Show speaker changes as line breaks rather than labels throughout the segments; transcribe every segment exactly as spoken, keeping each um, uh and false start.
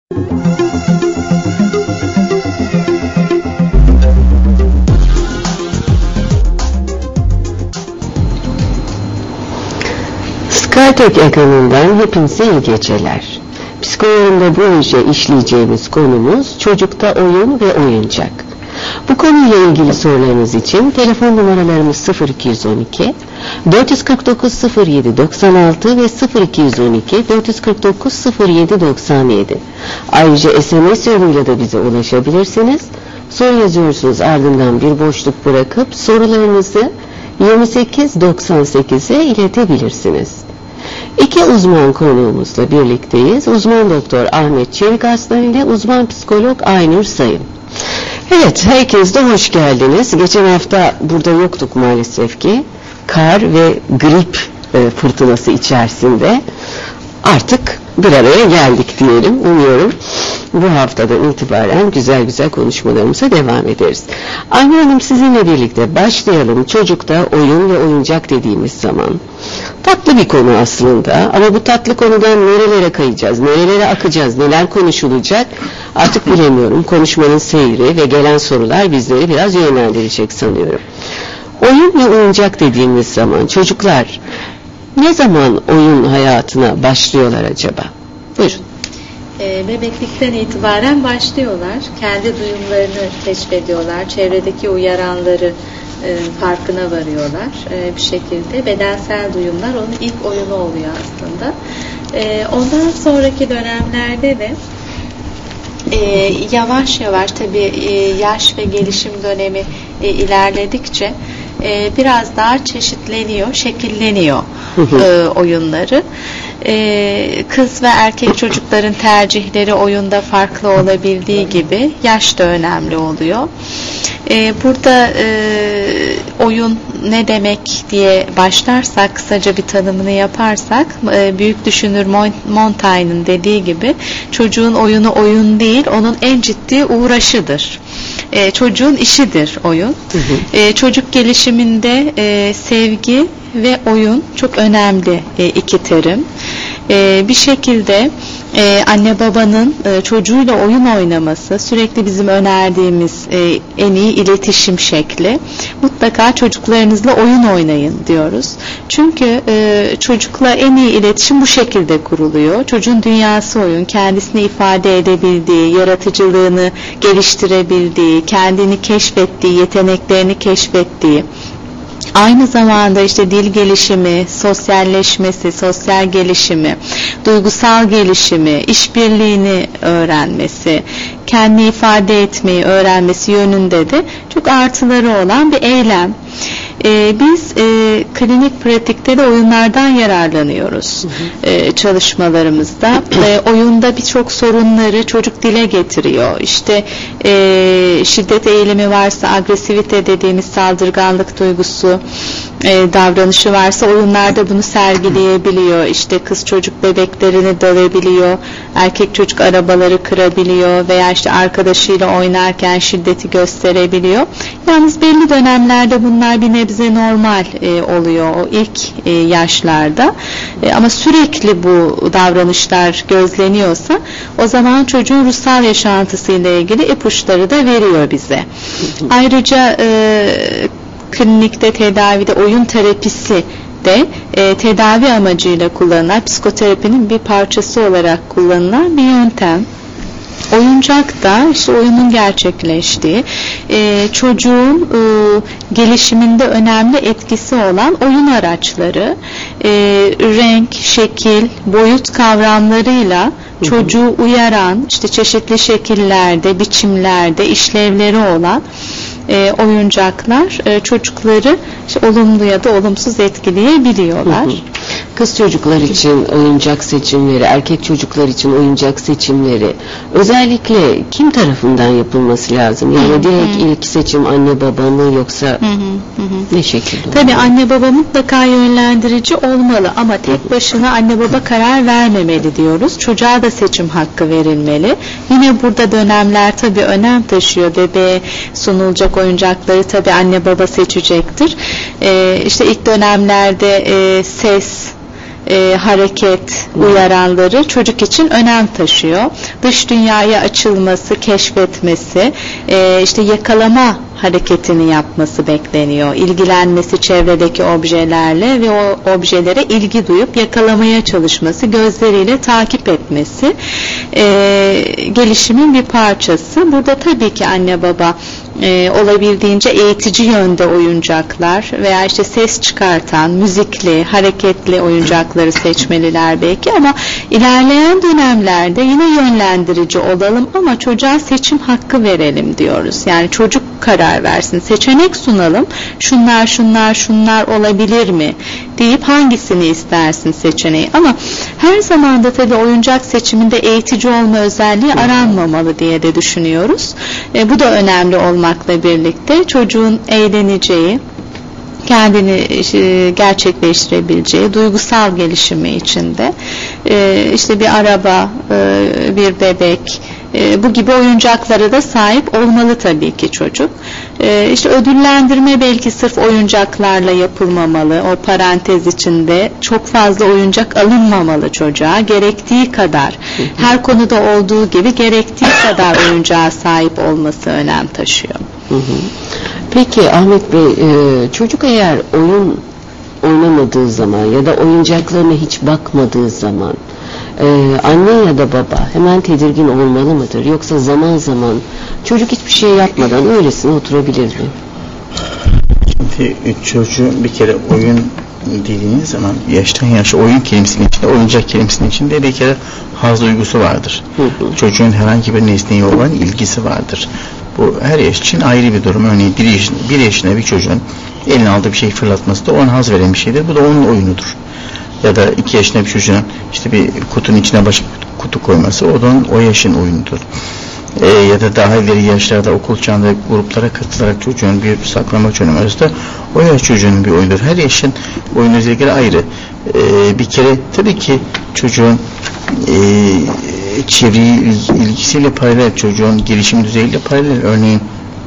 Skytek ekranından hepinize iyi geceler. Psikoloğunda bu gece işleyeceğimiz konumuz çocukta oyun ve oyuncak. Bu konuyla ilgili sorularınız için telefon numaralarımız sıfır iki on iki dört kırk dokuz sıfır yedi doksan altı ve sıfır iki on iki dört kırk dokuz sıfır yedi doksan yedi. Ayrıca S M S yoluyla da bize ulaşabilirsiniz. Soru yazıyorsunuz, ardından bir boşluk bırakıp sorularınızı yirmi sekiz doksan sekize iletebilirsiniz. İki uzman konuğumuzla birlikteyiz. Uzman doktor Ahmet Çevik Aslan ile uzman psikolog Aynur Sayın. Evet, herkes de hoş geldiniz. Geçen hafta burada yoktuk maalesef ki. Kar ve grip e, fırtınası içerisinde artık bir araya geldik diyelim. Umuyorum bu haftadan itibaren güzel güzel konuşmalarımıza devam ederiz. Aynur Hanım, sizinle birlikte başlayalım. Çocukta oyun ve oyuncak dediğimiz zaman tatlı bir konu aslında, ama bu tatlı konudan nerelere kayacağız, nerelere akacağız, neler konuşulacak artık bilemiyorum. Konuşmanın seyri ve gelen sorular bizleri biraz yönlendirecek sanıyorum. Oyun ve oyuncak dediğimiz zaman çocuklar ne zaman oyun hayatına başlıyorlar acaba? Buyurun.
E, bebeklikten itibaren başlıyorlar. Kendi duyumlarını keşfediyorlar. Çevredeki uyaranları e, farkına varıyorlar. E, bir şekilde bedensel duyumlar onun ilk oyunu oluyor aslında. E, ondan sonraki dönemlerde de e, yavaş yavaş tabii e, yaş ve gelişim dönemi e, ilerledikçe e, biraz daha çeşitleniyor, şekilleniyor e, oyunları. Ee, kız ve erkek çocukların tercihleri oyunda farklı olabildiği gibi yaş da önemli oluyor. Ee, burada e, oyun ne demek diye başlarsak, kısaca bir tanımını yaparsak, e, büyük düşünür Montaigne'ın dediği gibi çocuğun oyunu oyun değil, onun en ciddi uğraşıdır. E, çocuğun işidir oyun. Hı hı. E, çocuk gelişiminde e, sevgi ve oyun çok önemli e, iki terim. E, bir şekilde e, anne babanın e, çocuğuyla oyun oynaması sürekli bizim önerdiğimiz e, en iyi iletişim şekli. Mutlaka çocuklarınızla oyun oynayın diyoruz. Çünkü e, çocukla en iyi iletişim bu şekilde kuruluyor. Çocuğun dünyası oyun, kendisini ifade edebildiği, yaratıcılığını geliştirebildiği, kendini keşfettiği, yeteneklerini keşfettiği, aynı zamanda işte dil gelişimi, sosyalleşmesi, sosyal gelişimi, duygusal gelişimi, işbirliğini öğrenmesi, kendini ifade etmeyi öğrenmesi yönünde de çok artıları olan bir eylem. Ee, biz e, klinik pratikte de oyunlardan yararlanıyoruz. Hı hı. E, çalışmalarımızda. E, oyunda birçok sorunları çocuk dile getiriyor. İşte e, şiddet eğilimi varsa, agresivite dediğimiz saldırganlık duygusu, e, davranışı varsa oyunlarda bunu sergileyebiliyor. İşte kız çocuk bebeklerini dövebiliyor, erkek çocuk arabaları kırabiliyor veya işte arkadaşıyla oynarken şiddeti gösterebiliyor. Yalnız belli dönemlerde bunlar bir nebze normal e, oluyor o ilk e, yaşlarda. E, ama sürekli bu davranışlar gözleniyorsa o zaman çocuğun ruhsal yaşantısıyla ilgili ipuçları da veriyor bize. Ayrıca e, klinikte tedavide oyun terapisi de e, tedavi amacıyla kullanılan, psikoterapinin bir parçası olarak kullanılan bir yöntem. Oyuncak da işte oyunun gerçekleştiği, e, çocuğun e, gelişiminde önemli etkisi olan oyun araçları, e, renk, şekil, boyut kavramlarıyla çocuğu uyaran, işte çeşitli şekillerde, biçimlerde işlevleri olan e, oyuncaklar e, çocukları işte olumlu ya da olumsuz etkileyebiliyorlar. Hı hı.
Kız çocuklar için oyuncak seçimleri, erkek çocuklar için oyuncak seçimleri özellikle kim tarafından yapılması lazım? Yani hı hı. direkt ilk seçim anne baba mı, yoksa hı hı hı. ne şekilde?
Tabii anne baba mutlaka yönlendirici olmalı ama tek hı hı. başına anne baba karar vermemeli diyoruz. Çocuğa da seçim hakkı verilmeli. Yine burada dönemler tabii önem taşıyor. Bebeğe sunulacak oyuncakları tabii anne baba seçecektir. Ee, işte ilk dönemlerde e, ses, e, hareket uyaranları çocuk için önem taşıyor. Dış dünyaya açılması, keşfetmesi, e, işte yakalama hareketini yapması bekleniyor. İlgilenmesi çevredeki objelerle ve o objelere ilgi duyup yakalamaya çalışması, gözleriyle takip etmesi e, gelişimin bir parçası. Burada tabii ki anne baba e, olabildiğince eğitici yönde oyuncaklar veya işte ses çıkartan, müzikli, hareketli oyuncakları seçmeliler belki, ama ilerleyen dönemlerde yine yönlendirici olalım ama çocuğa seçim hakkı verelim diyoruz. Yani çocuk karar versin, seçenek sunalım, şunlar şunlar şunlar olabilir mi deyip hangisini istersin seçeneği, ama her zaman da tabii oyuncak seçiminde eğitici olma özelliği aranmamalı diye de düşünüyoruz. E, bu da önemli olmakla birlikte çocuğun eğleneceği, kendini e, gerçekleştirebileceği, duygusal gelişimi içinde e, işte bir araba, e, bir bebek, e, bu gibi oyuncaklara da sahip olmalı tabii ki çocuk. E, işte ödüllendirme belki sırf oyuncaklarla yapılmamalı. O parantez içinde çok fazla oyuncak alınmamalı çocuğa. Gerektiği kadar, her konuda olduğu gibi gerektiği kadar oyuncağa sahip olması önem taşıyor.
Hı hı. Peki Ahmet Bey, e, çocuk eğer oyun oynamadığı zaman ya da oyuncaklarına hiç bakmadığı zaman e, anne ya da baba hemen tedirgin olmalı mıdır? Yoksa zaman zaman çocuk hiçbir şey yapmadan öylesine oturabilir mi?
Şimdi çocuğun bir kere oyun dediğiniz zaman yaştan yaşa oyun kelimesinin içinde, oyuncak kelimesinin içinde bir kere haz duygusu vardır. Hı hı. Çocuğun herhangi bir nesneye olan ilgisi vardır. Bu her yaş için ayrı bir durum. Örneğin bir, yaş, bir yaşında bir çocuğun eline aldığı bir şey fırlatması da ona haz veren bir şeydir. Bu da onun oyunudur. Ya da iki yaşında bir çocuğun işte bir kutunun içine başka bir kutu koyması, o da onun o yaşın oyunudur. Ee, ya da daha ileri yaşlarda okul çağında gruplara katılarak çocuğun bir saklambaç oynaması da o yaş çocuğunun bir oyunudur. Her yaşın oyun özellikleri ayrı. Ee, bir kere tabii ki çocuğun e, çevreyi ilgisiyle paralel, çocuğun gelişim düzeyiyle paralel. Örneğin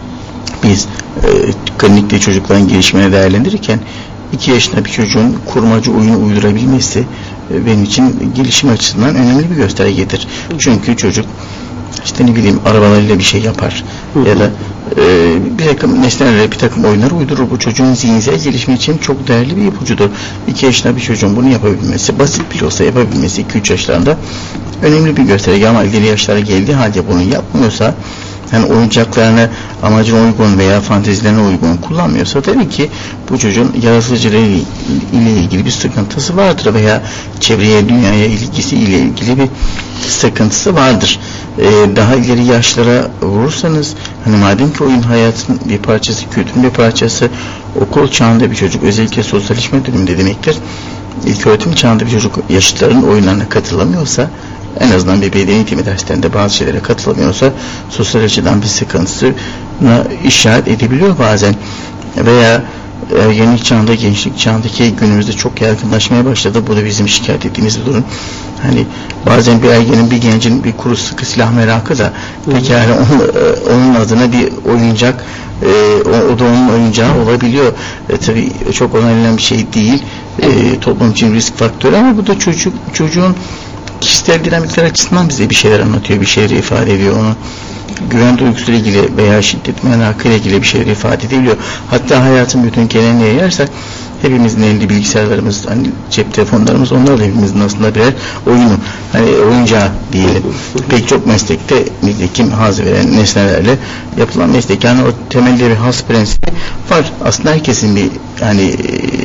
biz e, klinikte çocukların gelişimini değerlendirirken iki yaşında bir çocuğun kurmaca oyunu uydurabilmesi e, benim için gelişim açısından önemli bir göstergedir. Çünkü çocuk işte ne bileyim arabalarıyla bir şey yapar, hı hı, ya da e, bir takım nesnelerle bir takım oyunları uydurur. Bu çocuğun zihinsel gelişimi için çok değerli bir ipucudur. iki yaşında bir çocuğun bunu yapabilmesi, basit bile olsa yapabilmesi iki üç yaşlarında önemli bir gösterge, ama ileri yaşlara geldiği halde bunu yapmıyorsa, yani oyuncaklarını amacına uygun veya fantezilerine uygun kullanmıyorsa, tabii ki bu çocuğun yaratıcılığı ile ilgili bir sıkıntısı vardır veya çevreye, dünyaya ilgisi ile ilgili bir sıkıntısı vardır. Ee, daha ileri yaşlara vurursanız, hani madem ki oyun hayatın bir parçası, kültürün bir parçası, okul çağında bir çocuk özellikle sosyalleşme döneminde demektir. İlköğretim çağında bir çocuk yaşıtların oyunlarına katılamıyorsa, en azından bir beden eğitimi derslerinde bazı şeylere katılamıyorsa, sosyal açıdan bir sıkıntısına işaret edebiliyor bazen. Veya ergenlik çağında, gençlik çağındaki günümüzde çok yaygınlaşmaya başladı. Bu da bizim şikayet ettiğimiz bir durum. Hani bazen bir ergenin, bir gencin bir kuru sıkı silah merakı da pekala onun, onun adına bir oyuncak, e, o, o da onun oyuncağı olabiliyor. E, tabii çok onaylanan bir şey değil. E, toplum için risk faktörü, ama bu da çocuk çocuğun kişisel dinamikler açısından bize bir şeyler anlatıyor, bir şeyleri ifade ediyor. Onu güven duygusuyla ilgili veya şiddet merakıyla ilgili bir şeyler ifade edebiliyor. Hatta hayatın bütün genelini yayarsak, hepimizin elinde bilgisayarlarımız, hani cep telefonlarımız, onlar da hepimizin aslında birer oyunu, hani oyuncağı diyelim. Pek çok meslekte nitekim haz veren nesnelerle yapılan meslek. Yani o temelde bir haz prensibi var. Aslında herkesin bir hani e,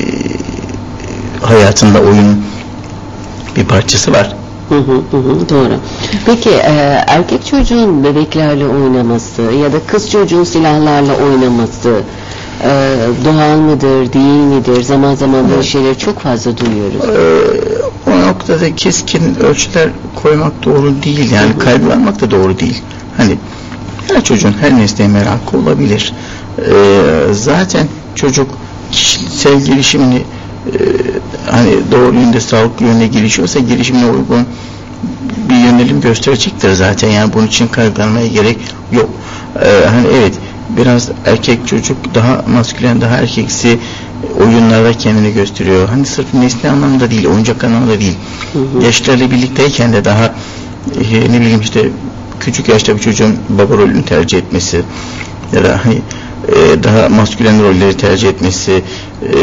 hayatında oyunun bir parçası var.
Hı hı hı, doğru. Peki e, erkek çocuğun bebeklerle oynaması ya da kız çocuğun silahlarla oynaması e, doğal mıdır, değil midir? Zaman zaman böyle şeyleri çok fazla duyuyoruz.
Ee, o noktada keskin ölçüler koymak doğru değil. Yani hı hı. kaygılanmak da doğru değil. Hani her çocuğun her nesneye merakı olabilir. Ee, zaten çocuk kişisel gelişimini Ee, hani doğru yönde, sağlıklı yönde gelişiyorsa gelişimine uygun bir yönelim gösterecektir zaten. Yani bunun için kaygılanmaya gerek yok. Ee, hani evet, biraz erkek çocuk daha maskülen, daha erkeksi oyunlarda kendini gösteriyor. Hani sırf nesne anlamında değil, oyuncak anlamında değil. Hı hı. Yaşlarla birlikteyken de daha e, ne bileyim işte küçük yaşta bir çocuğun baba rolünü tercih etmesi ya da hani e, daha maskülen rolleri tercih etmesi e,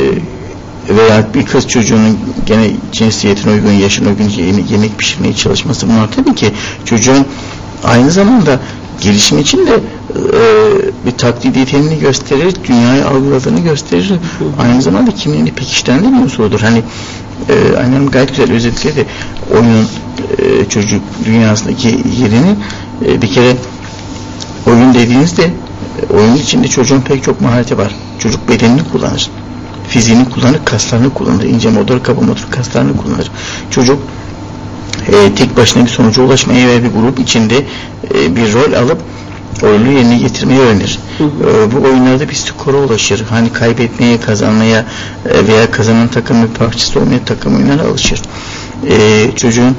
veya bir kız çocuğunun gene cinsiyetine uygun, yaşına uygun yemek pişirmeye çalışması, bunlar tabii ki çocuğun aynı zamanda gelişim için de e, bir taklit yeteneğini gösterir, dünyayı algıladığını gösterir. Aynı zamanda kimliğini pekiştiren de bir unsurdur. Hani e, annem gayet güzel özetledi oyunun e, çocuk dünyasındaki yerini. E, bir kere oyun dediğinizde e, oyun içinde çocuğun pek çok mahareti var. Çocuk bedenini kullanır, fiziğini kullanır, kaslarını kullanır, ince motor, kaba motor kaslarını kullanır. Çocuk e, tek başına bir sonuca ulaşmaya ve bir grup içinde e, bir rol alıp o rolü yerine getirmeyi öğrenir. Hı hı. E, bu oyunlarda bir skora ulaşır. Hani kaybetmeye, kazanmaya e, veya kazanan takımın bir parçası olmaya takım oyunlara alışır. E, çocuğun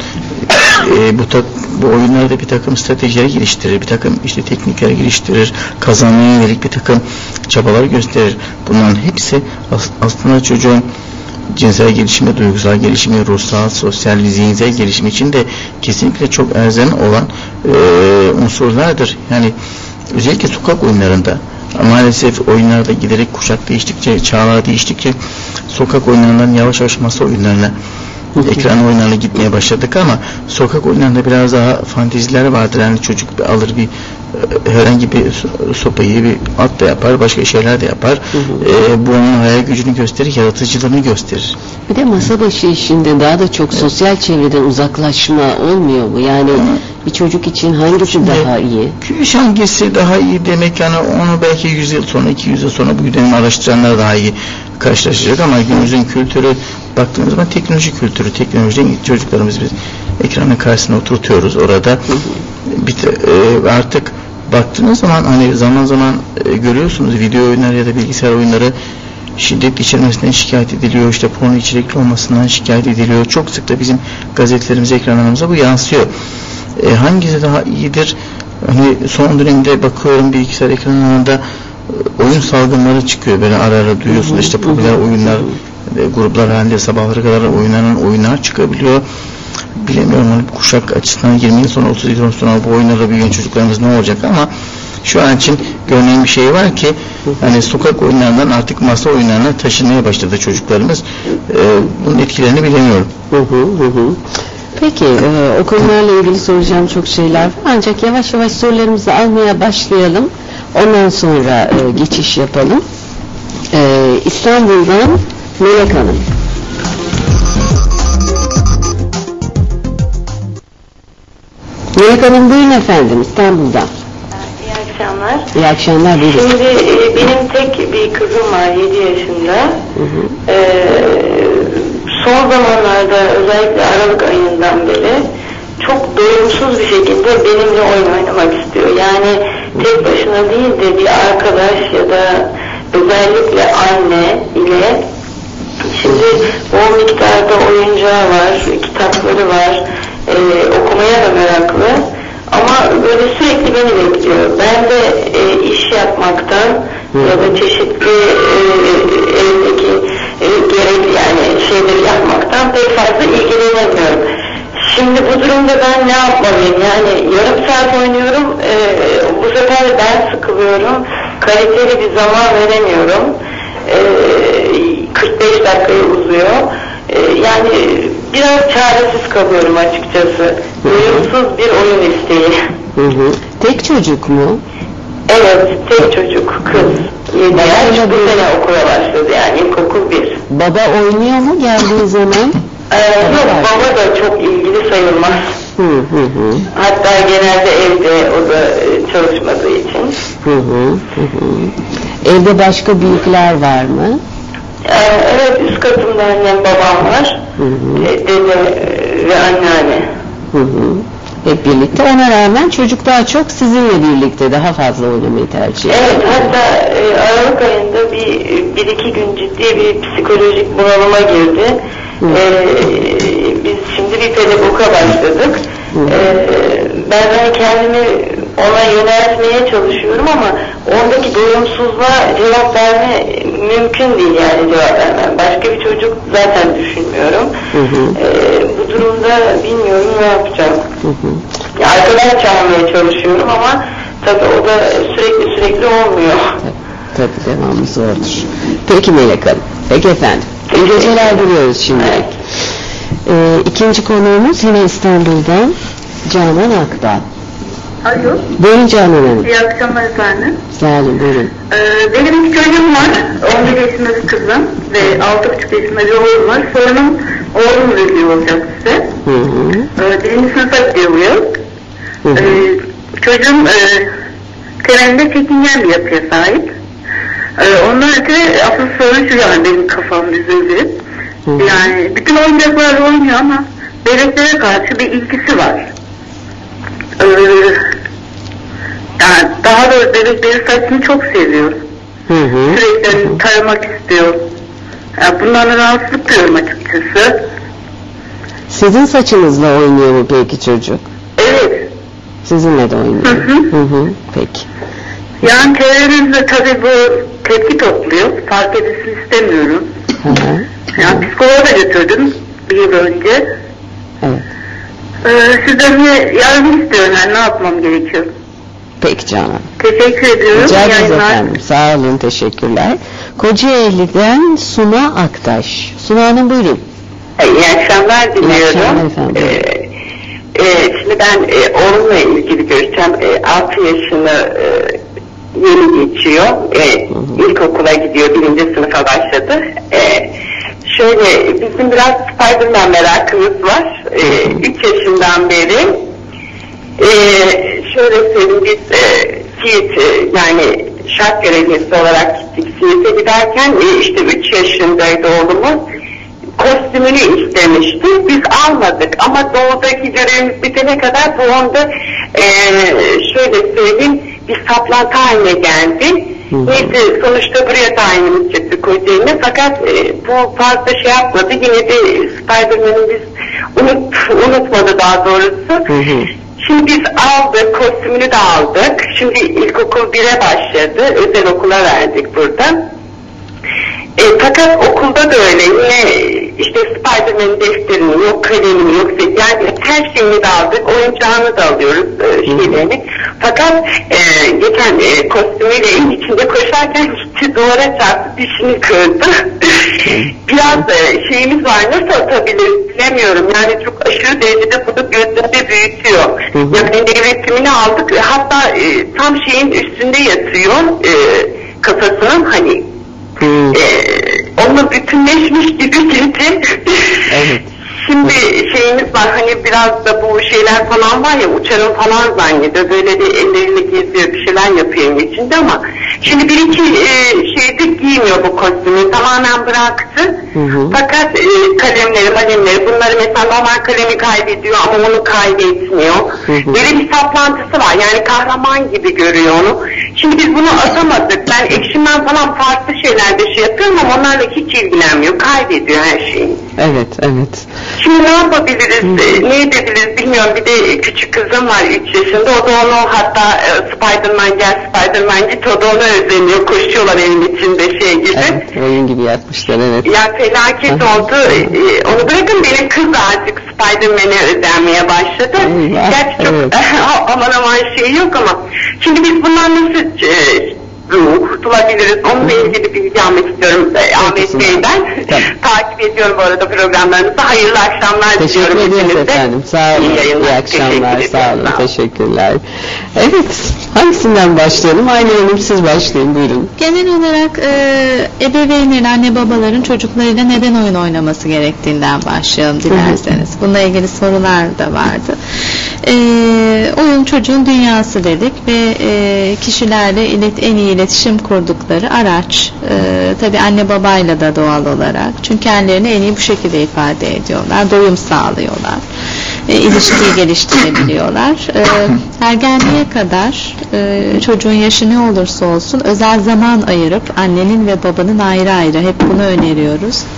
e, bu, tak, bu oyunlarda bir takım stratejiler geliştirir, bir takım işte teknikler geliştirir, kazanmaya yönelik bir takım çabalar gösterir. Bunların hepsi as, aslında çocuğun cinsel gelişimi, duygusal gelişimi, ruhsal, sosyal ve zihinsel gelişimi için de kesinlikle çok elzem olan e, unsurlardır. Yani özellikle sokak oyunlarında maalesef oyunlarda giderek kuşak değiştikçe, çağlar değiştikçe sokak oyunlarından yavaş yavaş masa oyunlarına, ekran oyunlarına gitmeye başladık ama sokak oyunlarında biraz daha fanteziler vardır. Yani çocuk bir alır bir herhangi bir sopayı bir at da yapar, başka şeyler de yapar. Hı hı. E, bu onun hayal gücünü gösterir, yaratıcılığını gösterir.
Bir de masa başı işinde daha da çok evet. sosyal çevreden uzaklaşma olmuyor mu? Yani hı. bir çocuk için hangisi Şimdi, daha iyi?
Hangisi daha iyi demek, yani onu belki yüz yıl sonra, iki yüz yıl sonra bu dönemi araştıranlar daha iyi karşılaşacak ama günümüzün kültürü, baktığımız zaman teknoloji kültürü, teknolojiden çocuklarımızı biz ekranın karşısına oturtuyoruz. Orada hı hı. bir e, artık baktığınız zaman hani zaman zaman e, görüyorsunuz video oyunları ya da bilgisayar oyunları şiddet içermesinden şikayet ediliyor, işte porno içerikli olmasından şikayet ediliyor. Çok sık da bizim gazetelerimize, ekranlarımıza bu yansıyor. E, hangisi daha iyidir? Hani son dönemde bakıyorum bilgisayar ekranlarında e, oyun salgınları çıkıyor. Böyle ara ara duyuyorsunuz işte popüler oyunlar, e, gruplar halinde sabahlara kadar oynanan oyunlar çıkabiliyor. Bilemiyorum hani kuşak açısından yirmi yıl sonra, otuz yıl sonra bu oyunlarla büyüyen çocuklarımız ne olacak ama şu an için görünen bir şey var ki hani sokak oyunlarından artık masa oyunlarına taşınmaya başladı çocuklarımız. Ee, bunun etkilerini bilemiyorum.
Hı hı hı. Peki e, o konularla ilgili soracağım çok şeyler var ancak yavaş yavaş sorularımızı almaya başlayalım. Ondan sonra e, geçiş yapalım. E, İstanbul'dan Melek Hanım. Melek Hanım buyurun efendim, İstanbul'dan.
İyi akşamlar.
İyi akşamlar, buyurun.
Şimdi e, benim tek bir kızım var, yedi yaşında. Hı hı. E, son zamanlarda özellikle Aralık ayından beri çok doyumsuz bir şekilde benimle oyun oynamak istiyor. Yani tek başına değil de bir arkadaş ya da özellikle anne ile. Şimdi o miktarda oyuncağı var, kitapları var, e, okumaya da meraklı ama böyle sürekli beni bekliyor. Ben de e, iş yapmaktan Hı. ya da çeşitli e, evdeki e, gerekli yani şeyleri yapmaktan pek fazla ilgilenemiyorum. Şimdi bu durumda ben ne yapmalıyım? Yani yarım saat oynuyorum, e, bu sefer ben sıkılıyorum, kaliteli bir zaman veremiyorum. E, kırk beş dakikayı uzuyor. Ee, yani biraz çaresiz kalıyorum açıkçası. Doyumsuz bir oyun isteği. Hı
hı. Tek çocuk mu?
Evet, tek çocuk, kız. yedi yaş, bu sene okula başladı yani ilkokul bir.
Baba oynuyor mu geldiği zaman?
Ee, yok, baba da çok ilgili sayılmaz. Hı hı hı. Hatta genelde evde, o da çalışmadığı için.
Hı hı hı. Evde başka büyükler var mı?
Ee, evet, üst katımda annem babam var. Hı hı. Dede ve anneanne.
Hı hı. Hep birlikte. Ona rağmen çocuk daha çok sizinle birlikte daha fazla oynamayı tercih ediyor.
Evet, hatta e, Aralık ayında bir, bir iki gün ciddi bir psikolojik bunalıma girdi. Ee, biz şimdi bir pedagoga başladık. Ee, ben hani kendimi ona yöneltmeye çalışıyorum ama ondaki doyumsuzluğa cevap verme mümkün değil, yani cevap vermem. Başka bir çocuk zaten düşünmüyorum. Hı hı. Ee, bu durumda bilmiyorum ne yapacağım. Hı hı. Ya, arkadaş çağırmaya çalışıyorum ama tabii o da sürekli sürekli olmuyor.
Tabii, tabii devamı zordur. Peki Melek Hanım. Peki efendim. İyi geceler diliyoruz şimdi. Evet. Ee, ikinci konuğumuz yine İstanbul'dan Canan Akdağ.
Alo.
Buyurun Canan Hanım.
İyi akşamlar efendim.
Sağ olun, buyurun.
Ee, benim iki çocuğum var. on bir yaşında bir kızım ve altı buçuk yaşında bir oğlum var. Sorunum oğlum veli olacak size. Hı hı. Ee, birinci sınıfa gidiyor bu yıl. Hı hı. Ee, çocuğum e, temelinde çekingen bir yapıya sahip. Ee, ondan öte asıl sorun şu, yani benim kafam düzüldü. Yani bütün oyuncaklarla oynuyor ama bebeklere karşı bir ilgisi var. Ee, yani daha doğrusu bebeklerin saçını çok seviyor. Hı hı. Sürekli taramak istiyor. Yani bundan rahatsızlık duyuyorum açıkçası.
Sizin saçınızla oynuyor mu peki çocuk?
Evet.
Sizinle de oynuyor. Hı hı. Hı hı. Peki.
Yani çevremizde tabii bu tepki topluyor. Fark edilsin istemiyorum. Hı hı. Yani psikoloğa da götürdüm bir yıl önce. Evet. Ee, sizden bir yardım istiyorum, yani ne yapmam gerekiyor?
Peki Canan.
Teşekkür ediyorum.
Rica ederiz efendim. Sağ olun, teşekkürler. Kocaeli'den Suna Aktaş. Suna Hanım buyurun.
İyi akşamlar diliyorum.
İyi akşamlar efendim.
Ee, e, şimdi ben e, oğlumla ilgili görüşeceğim. E, altı yaşını e, yeni geçiyor. E, ilkokula gidiyor. Birinci sınıfa başladı. E, şöyle bizim biraz Spiderman merakımız var. E, üç yaşından beri. E, şöyle söyleyeyim, biz e, Siirt e, yani şart görevlisi olarak gittik. Siirt'e giderken e, işte üç yaşındaydı oğlumuz. Kostümünü istemişti. Biz almadık ama doğudaki görevimiz bitene kadar bu onda e, şöyle söyleyeyim bir saplantı haline geldi. Neyse sonuçta buraya tayinimiz çıktı Kocaeli'ne, fakat e, bu fazla şey yapmadı. Yine de Spiderman'ı biz unut, unutmadı daha doğrusu. Hı hı. Şimdi biz aldık, kostümünü de aldık. Şimdi ilkokul bire başladı. Özel okula verdik burada. E, fakat okulda da öyle, yine işte Spiderman'ın defterini yok, kalemini yok, yani her şeyini de aldık, oyuncağını da alıyoruz, e, şeylerini. Fakat e, geçen e, kostümüyle evin içinde koşarken gitti, duvara çarptı, dişini kırdı. Biraz e, şeyimiz var, nasıl atabiliriz bilemiyorum, yani çok aşırı derecede bunu gözünde büyütüyor. Yani devletimini aldık, hatta e, tam şeyin üstünde yatıyor, e, kafasının hani. Hmm. Ee, onunla bütünleşmiş gibi dedi. Evet. Şimdi şeyimiz var, hani biraz da bu şeyler falan var ya, uçarım falan zannediyor, böyle de elleriyle geziyor, bir şeyler yapıyor içinde, ama şimdi bir iki e, şeyde giymiyor bu kostümü, tamamen bıraktı. Hı hı. Fakat e, kalemleri, malemleri, bunları mesela normal kalemi kaybediyor ama onu kaybetmiyor. Hı hı. Böyle bir saplantısı var, yani kahraman gibi görüyor onu. Şimdi biz bunu atamadık, ben ekşimden falan farklı şeylerde şey yapıyorum ama onlarla hiç ilgilenmiyor, kaybediyor her şeyi.
Evet, evet.
Şimdi ne yapabiliriz, hmm. ne edebiliriz bilmiyorum. Bir de küçük kızım var üç yaşında, o da onu hatta e, Spiderman gel Spiderman git, o da ona özeniyor, koşuyorlar evin içinde şey gibi.
Evet, oyun gibi yapmışlar, evet.
Ya felaket oldu, e, onu bırakın, benim kız da artık Spiderman'e özenmeye başladı. Hmm. Gerçi çok evet. aman aman şey yok ama şimdi biz bundan nasıl e, kurtulabiliriz? Onunla ilgili bilgi almak istiyorum e, Ahmet Bey'den. Takip ediyorum bu arada programlarınızı. Hayırlı akşamlar
teşekkür
diliyorum.
Teşekkür ederiz efendim. Sağ olun. İyi, İyi akşamlar. Sağ olun. Sağ teşekkürler. Evet. Hangisinden başlayalım? Aynı Hanım siz başlayın. Buyurun.
Genel olarak e, ebeveynlerin, anne babaların çocuklarıyla neden oyun oynaması gerektiğinden başlayalım dilerseniz. Bununla ilgili sorular da vardı. E, oyun çocuğun dünyası dedik ve e, kişilerle ilet, en iyi iletişim kurdukları araç. E, tabii anne babayla da doğal olarak. Çünkü kendilerini en iyi bu şekilde ifade ediyorlar. Doyum sağlıyorlar. E, ilişkiyi geliştirebiliyorlar. E, ergenliğe kadar e, çocuğun yaşı ne olursa olsun özel zaman ayırıp annenin ve babanın ayrı ayrı, hep bunu öneriyoruz.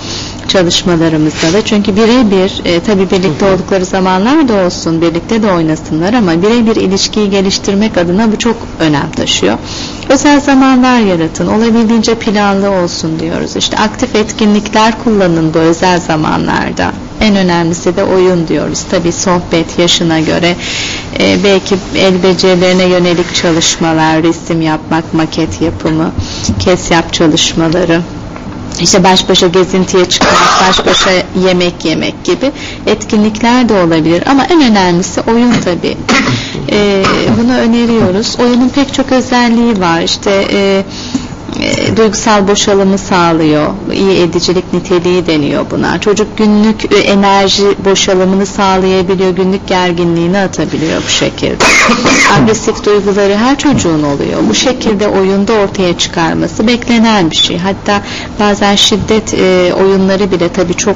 çalışmalarımızda da. Çünkü birebir e, tabii birlikte oldukları zamanlar da olsun, birlikte de oynasınlar ama birebir ilişkiyi geliştirmek adına bu çok önem taşıyor. Özel zamanlar yaratın, olabildiğince planlı olsun diyoruz. İşte aktif etkinlikler kullanın bu özel zamanlarda. En önemlisi de oyun diyoruz. Tabii sohbet yaşına göre e, belki el becerilerine yönelik çalışmalar, resim yapmak, maket yapımı, kesyap çalışmaları, İşte baş başa gezintiye çıkmak, baş başa yemek yemek gibi etkinlikler de olabilir. Ama en önemlisi oyun tabii. Ee, bunu öneriyoruz. Oyunun pek çok özelliği var. İşte e, e, duygusal boşalımı sağlıyor. İyi edicilik niteliği deniyor buna. Çocuk günlük e, enerji boşalımını sağlayabiliyor. Günlük gerginliğini atabiliyor bu şekilde. Agresif duyguları her çocuğun oluyor. Bu şekilde oyunda ortaya çıkarması beklenen bir şey. Hatta bazen şiddet e, oyunları bile tabii çok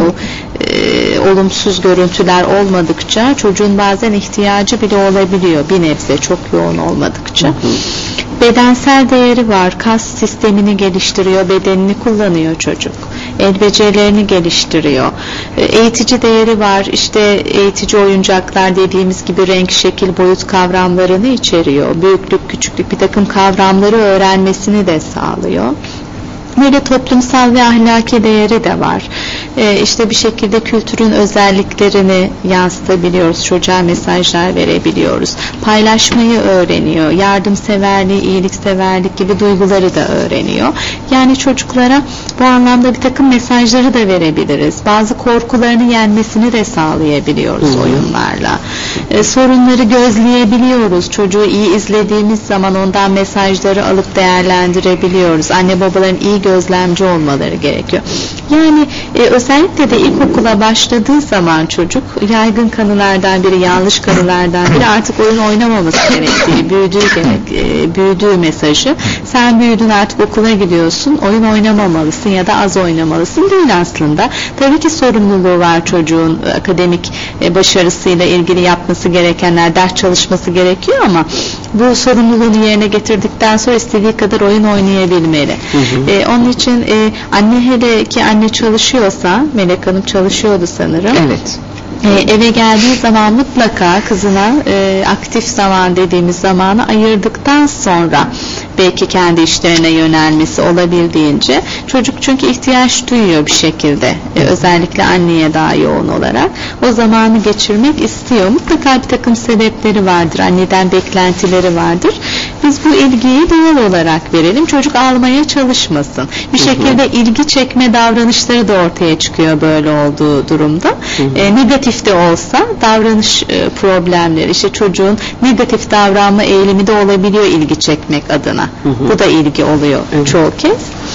e, e, olumsuz görüntüler olmadıkça çocuğun bazen ihtiyacı bile olabiliyor. Bir nebze çok yoğun olmadıkça. Hı hı. Bedensel değeri var. Kas sistemini geliştiriyor, bedenini kullanıyor çocuk. El becerilerini geliştiriyor. Eğitici değeri var. İşte eğitici oyuncaklar dediğimiz gibi renk, şekil, boyut kavramlarını içeriyor. Büyüklük, küçüklük bir takım kavramları öğrenmesini de sağlıyor. Böyle toplumsal ve ahlaki değeri de var. Ee, işte bir şekilde kültürün özelliklerini yansıtabiliyoruz. Çocuğa mesajlar verebiliyoruz. Paylaşmayı öğreniyor. Yardımseverliği, iyilikseverlik gibi duyguları da öğreniyor. Yani çocuklara bu anlamda bir takım mesajları da verebiliriz. Bazı korkularını yenmesini de sağlayabiliyoruz hmm. oyunlarla. Ee, sorunları gözleyebiliyoruz. Çocuğu iyi izlediğimiz zaman ondan mesajları alıp değerlendirebiliyoruz. Anne babaların iyi gözlemci olmaları gerekiyor. Yani e, özellikle de ilkokula başladığı zaman çocuk yaygın kanılardan biri, yanlış kanılardan biri artık oyun oynamaması gerektiği, büyüdüğü gerek, e, büyüdüğü mesajı. Sen büyüdün artık okula gidiyorsun, oyun oynamamalısın ya da az oynamalısın değil aslında. Tabii ki sorumluluğu var çocuğun akademik e, başarısıyla ilgili yapması gerekenler, ders çalışması gerekiyor ama bu sorumluluğunu yerine getirdikten sonra istediği kadar oyun oynayabilmeli. Hı hı. E, onun için e, anne hele ki anne çalışıyorsa, Melek Hanım çalışıyordu sanırım.
Evet.
Ee, eve geldiği zaman mutlaka kızına e, aktif zaman dediğimiz zamanı ayırdıktan sonra belki kendi işlerine yönelmesi olabildiğince, çocuk çünkü ihtiyaç duyuyor bir şekilde e, özellikle anneye daha yoğun olarak o zamanı geçirmek istiyor. Mutlaka bir takım sebepleri vardır, anneden beklentileri vardır. Biz bu ilgiyi doğal olarak verelim, çocuk almaya çalışmasın. Bir şekilde ilgi çekme davranışları da ortaya çıkıyor böyle olduğu durumda. E, negatif de olsa davranış e, problemleri, işte çocuğun negatif davranma eğilimi de olabiliyor ilgi çekmek adına. Hı hı. Bu da ilgi oluyor evet. çoğu kez.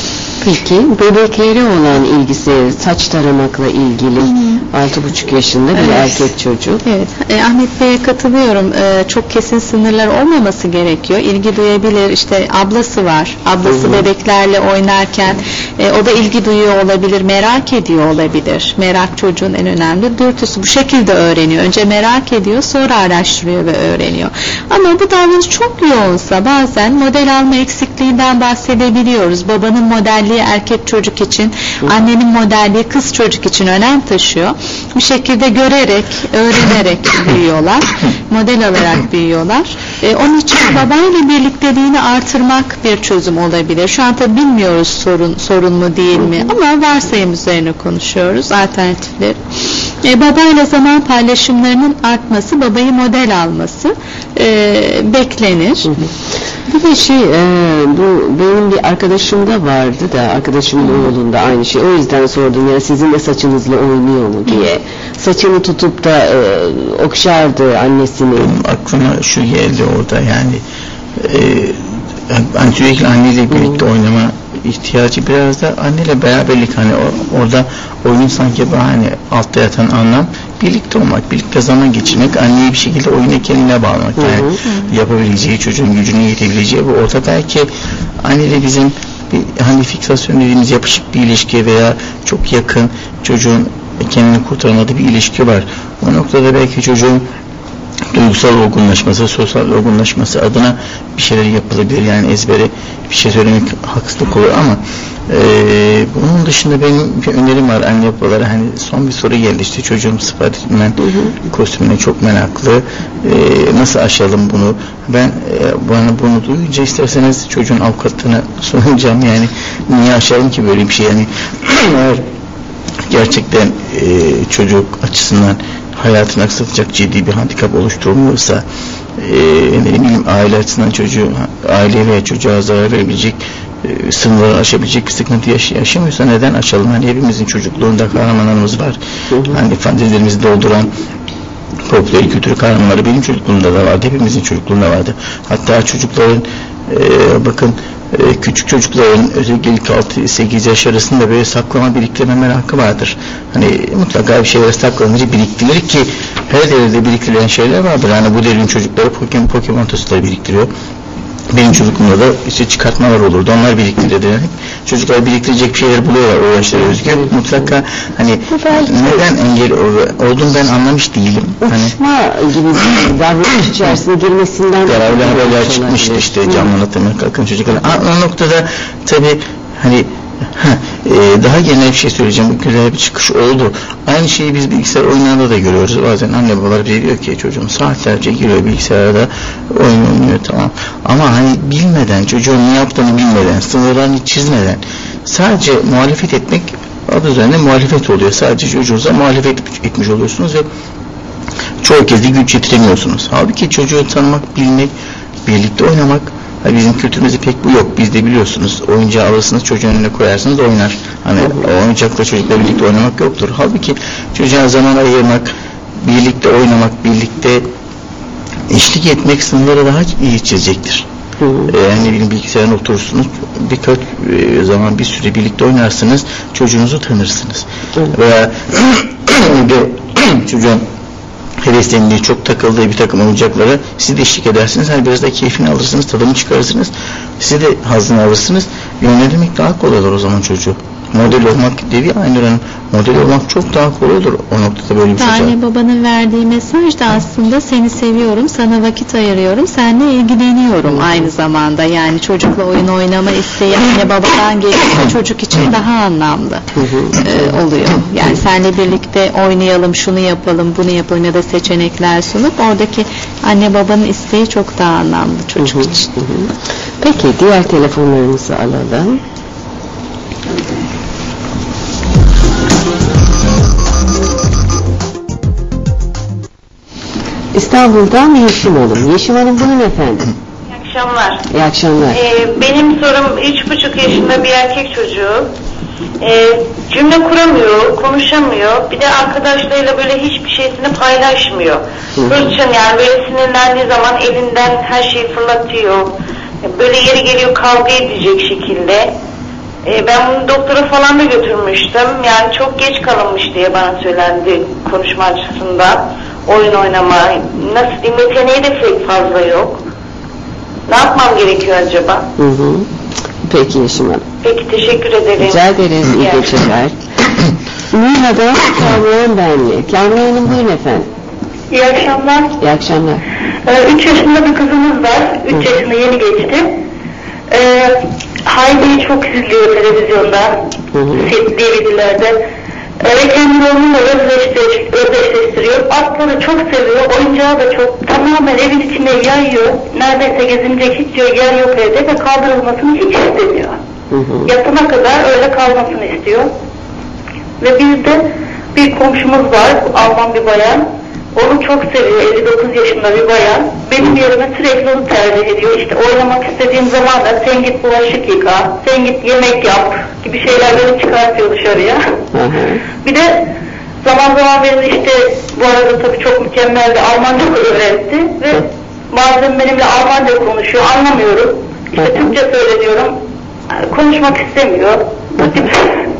Peki bebekleri olan ilgisi, saç taramakla ilgili altı buçuk yaşında bir evet. erkek çocuk.
Evet. E, Ahmet Bey'e katılıyorum. E, çok kesin sınırlar olmaması gerekiyor. İlgi duyabilir. İşte ablası var. Ablası Hı-hı. bebeklerle oynarken e, o da ilgi duyuyor olabilir. Merak ediyor olabilir. Merak çocuğun en önemli dürtüsü. Bu şekilde öğreniyor. Önce merak ediyor, sonra araştırıyor ve öğreniyor. Ama bu davranış çok yoğunsa bazen model alma eksikliğinden bahsedebiliyoruz. Babanın modelliği erkek çocuk için, annenin modelliği kız çocuk için önem taşıyor. Bir şekilde görerek, öğrenerek büyüyorlar. Model alarak büyüyorlar. Ee, onun için babayla birlikteliğini artırmak bir çözüm olabilir. Şu an tabi bilmiyoruz sorun, sorun mu değil mi ama varsayım üzerine konuşuyoruz alternatifleri. Ee, babayla zaman paylaşımlarının artması, babayı model alması e, beklenir.
Bir de şey, e, bu benim bir arkadaşımda vardı da, arkadaşımın oğlunda aynı şey. O yüzden sordum ya, sizin de saçınızla oynuyor mu diye. Saçını tutup da e, okşardı annesini.
Aklıma şu geldi orada yani. E, ben sürekli anneyle birlikte hmm. oynama ihtiyacı, biraz da anneyle beraberlik, hani orada oyun sanki bahane, altta yatan anlam birlikte olmak, birlikte zaman geçirmek, anneyi bir şekilde oyuna kendine bağlamak, yani hı hı. yapabileceği, çocuğun gücünü yetebileceği bu. Orada belki anneyle bizim bir, hani fiksasyon dediğimiz yapışık bir ilişki veya çok yakın çocuğun kendini kurtarmadığı bir ilişki var. O noktada belki çocuğun duygusal olgunlaşması, sosyal olgunlaşması adına bir şeyler yapılabilir. Yani ezbere bir şey söylemek haksızlık olur ama e, bunun dışında benim bir önerim var anne babalara. Hani son bir soru geldi, işte çocuğum Spiderman kostümüne çok meraklı, e, nasıl aşalım bunu? Ben e, bana bunu duyunca isterseniz çocuğun avukatlığına sunacağım. Yani niye aşalım ki böyle bir şey? Yani eğer gerçekten e, çocuk açısından hayatını aksatacak ciddi bir handikap oluşturmuyorsa, e, ne bileyim aile açısından çocuğu, aile veya çocuğa zarar verebilecek, e, sınırları aşabilecek bir sıkıntı yaş- yaşamıyorsa neden açalım? Hani hepimizin çocukluğunda kahramanlarımız var. Hı hı. Hani fantezilerimizi dolduran popüler kültür kahramanları benim çocukluğumda da vardı. Hepimizin çocukluğunda vardı. Hatta çocukların e, bakın e, küçük çocukların özellikle ilk altı sekiz yaş arasında böyle saklama biriktirme merakı vardır. Hani mutlaka bir şeyler saklanır, biriktirilir ki her devirde biriktirilen şeyler vardır. Yani bu devrin çocukları Pokemon, Pokemon tasları biriktiriyor. Benim çocukluğumda da işte çıkartmalar olurdu. Onlar biriktirirdi. Çocuklar biriktirecek bir şeyler buluyorlar o yaşlara özgü. Mutlaka hani neden engel olduğunu ben anlamış değilim.
Uçma hani, gibi bir davranış içerisine girmesinden
yararlı haberler çıkmıştı işte canlı anlatımı kalkın çocuklar. O noktada tabii hani Ha, e, daha genel bir şey söyleyeceğim. Bu güzel bir çıkış oldu. Aynı şeyi biz bilgisayar oyunlarında da görüyoruz. Bazen anne babalar bize diyor ki çocuğum saatlerce giriyor bilgisayarda oyun oynuyor, tamam. Ama hani bilmeden, çocuğun ne yaptığını bilmeden, sınırlarını çizmeden sadece muhalefet etmek adı üzerinde muhalefet oluyor. Sadece çocuğunuza muhalefet etmiş oluyorsunuz ve çoğu kez de güç yetiremiyorsunuz. Halbuki çocuğu tanımak, bilmek, birlikte oynamak. Bizim kültürümüzde pek bu yok. Bizde biliyorsunuz oyuncağı alırsınız, çocuğun önüne koyarsınız, oynar. Hani o oyuncakla çocukla birlikte oynamak yoktur. Halbuki çocuğa zaman ayırmak, birlikte oynamak, birlikte eşlik etmek sınırları daha iyi çizecektir. Hı hı. Yani bir bilgisayarına oturursunuz, birkaç e, zaman bir süre birlikte oynarsınız, çocuğunuzu tanırsınız. Hı. Veya çocuğun heveslendiği, çok takıldığı bir takım oyuncaklara siz de eşlik edersiniz. Hani biraz da keyfini alırsınız, tadını çıkarırsınız. Siz de hazzını alırsınız. Yönlendirmek daha kolay olur o zaman çocuğu. Model olmak dedi Aynur Hanım, model olmak çok daha kolay olur o noktada böyle bir şey.
Anne babanın verdiği mesaj da aslında seni seviyorum, sana vakit ayırıyorum, seninle ilgileniyorum hı. aynı zamanda. Yani çocukla oyun oynama isteği anne babadan gelirse çocuk için daha anlamlı hı hı. E, oluyor. Yani seninle birlikte oynayalım, şunu yapalım, bunu yapalım ya da seçenekler sunup oradaki anne babanın isteği çok daha anlamlı çocuk hı hı. için. Hı hı.
Peki diğer telefonlarımızı alalım. İstanbul'dan Yeşim Hanım. Yeşim Hanım buyurun efendim.
İyi akşamlar.
İyi akşamlar.
Ee, benim sorum üç buçuk yaşında bir erkek çocuğu. Ee, cümle kuramıyor, konuşamıyor. Bir de arkadaşlarıyla böyle hiçbir şeysini paylaşmıyor. Hırçın yani böyle sinirlendiği zaman elinden her şeyi fırlatıyor. Böyle yeri geliyor kavga edecek şekilde. Ee, ben bunu doktora falan da götürmüştüm. Yani çok geç kalınmış diye bana söylendi konuşma açısından. Oyun oynama, nasıl diyeyim, yeteneği de pek fazla yok. Ne yapmam gerekiyor acaba?
Hı hı. Peki Yeşim Hanım.
Peki teşekkür ederim.
Rica ederiz. İyi yani. Geceler. Merhaba, Kamran Benli. Kamran Hanım buyurun efendim.
İyi akşamlar.
İyi akşamlar.
Ee, üç yaşında bir kızımız var. üç yaşında yeni geçti. Ee, Haydi'yi çok izliyor televizyonda, D V D'lerde. Ve kendini onunla özdeşleş, özdeşleştiriyor. Atları çok seviyor, oyuncağı da çok, tamamen evin içine yayıyor. Neredeyse gezinecek hiç yer yok evde ve kaldırılmasını hiç istemiyor. Hı hı. Yatana kadar öyle kalmasını istiyor. Ve bizde bir komşumuz var, Alman bir bayan. Onu çok seviyor, elli dokuz yaşında bir bayan. Benim yerime sürekli onu tercih ediyor. İşte oynamak istediğim zaman da sen git bulaşık yıka, sen git yemek yap gibi şeyler beni çıkartıyor dışarıya. Hı hı. Bir de zaman zaman beni işte bu arada tabii çok mükemmel bir Almanca öğretti ve bazen benimle Almanca konuşuyor, anlamıyorum. İşte hı hı. Türkçe söyleniyorum, konuşmak istemiyor. Bu tip